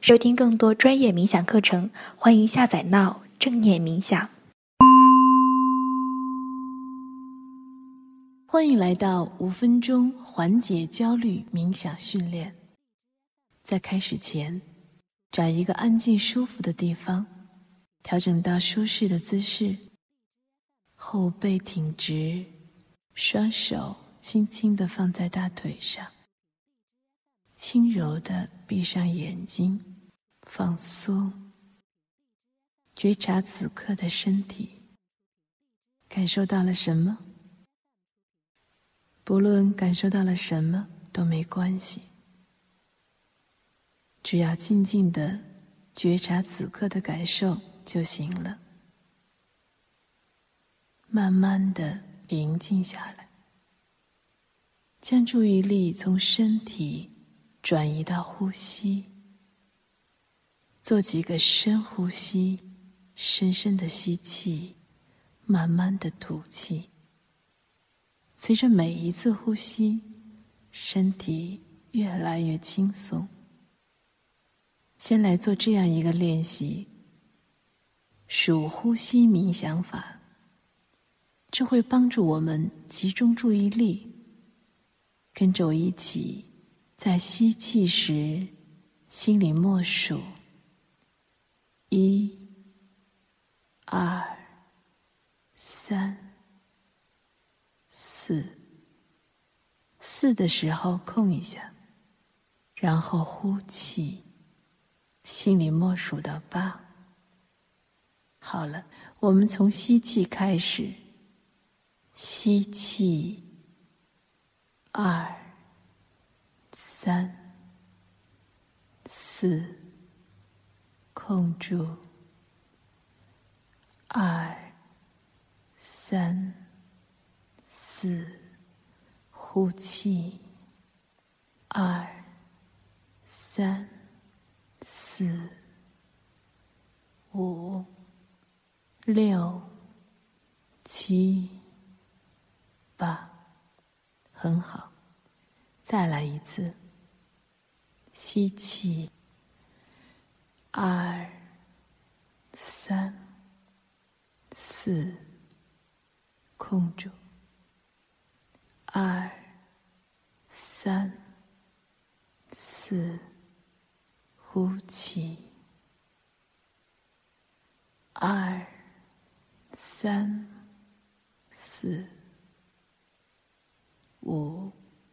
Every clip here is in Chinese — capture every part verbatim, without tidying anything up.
收听更多专业冥想课程，欢迎下载 Now 正念冥想。 欢迎来到五分钟缓解焦虑冥想训练。在开始前，找一个安静舒服的地方，调整到舒适的姿势，后背挺直，双手轻轻地放在大腿上，轻柔地闭上眼睛，放松，觉察此刻的身体，感受到了什么？不论感受到了什么都没关系，只要静静地觉察此刻的感受就行了。慢慢地宁静下来，将注意力从身体转移到呼吸，做几个深呼吸，深深的吸气，慢慢的吐气。随着每一次呼吸，身体越来越轻松。先来做这样一个练习，数呼吸冥想法，这会帮助我们集中注意力。跟着我一起，在吸气时，心里默数：一、二、三、四。四的时候空一下，然后呼气，心里默数到八。好了，我们从吸气开始，吸气，二、三、四，控住，二、三、四，呼气，二、三、四、五、六、七、八，很好。再来一次，吸气，二、三、四，控住，二、三、四，呼气，二、三、四、五、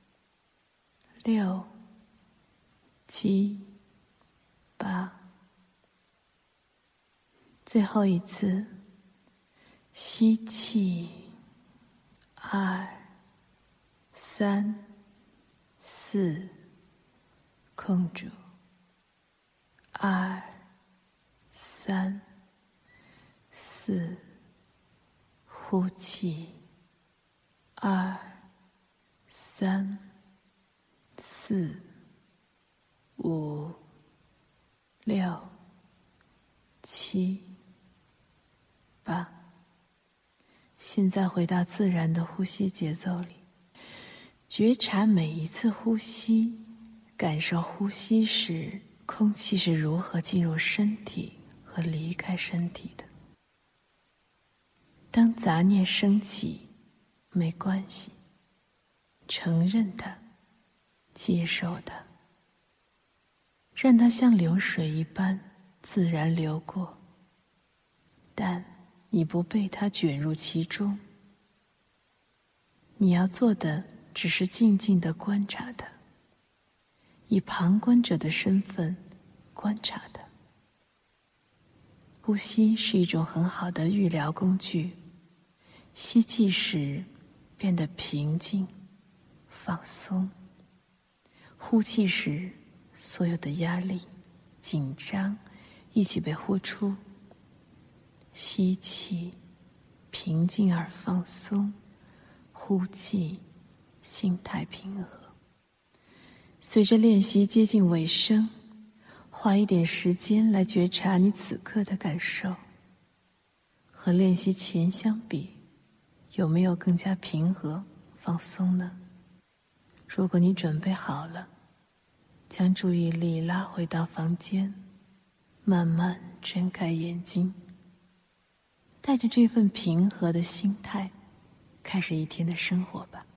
六、七、八。最后一次，吸气，二、三、四，控住，二、三、四，呼气，二、三、四、五、六、七、八。现在回到自然的呼吸节奏里，觉察每一次呼吸，感受呼吸时空气是如何进入身体和离开身体的。当杂念升起，没关系，承认它，接受它，让它像流水一般自然流过，但你不被它卷入其中。你要做的只是静静地观察它，以旁观者的身份观察它。呼吸是一种很好的预疗工具。吸气时变得平静放松，呼气时所有的压力紧张一起被呼出。吸气，平静而放松，呼气，心态平和。随着练习接近尾声，花一点时间来觉察你此刻的感受。和练习前相比，有没有更加平和放松呢？如果你准备好了，将注意力拉回到房间， 慢慢睁开眼睛，带着这份平和的心态，开始一天的生活吧。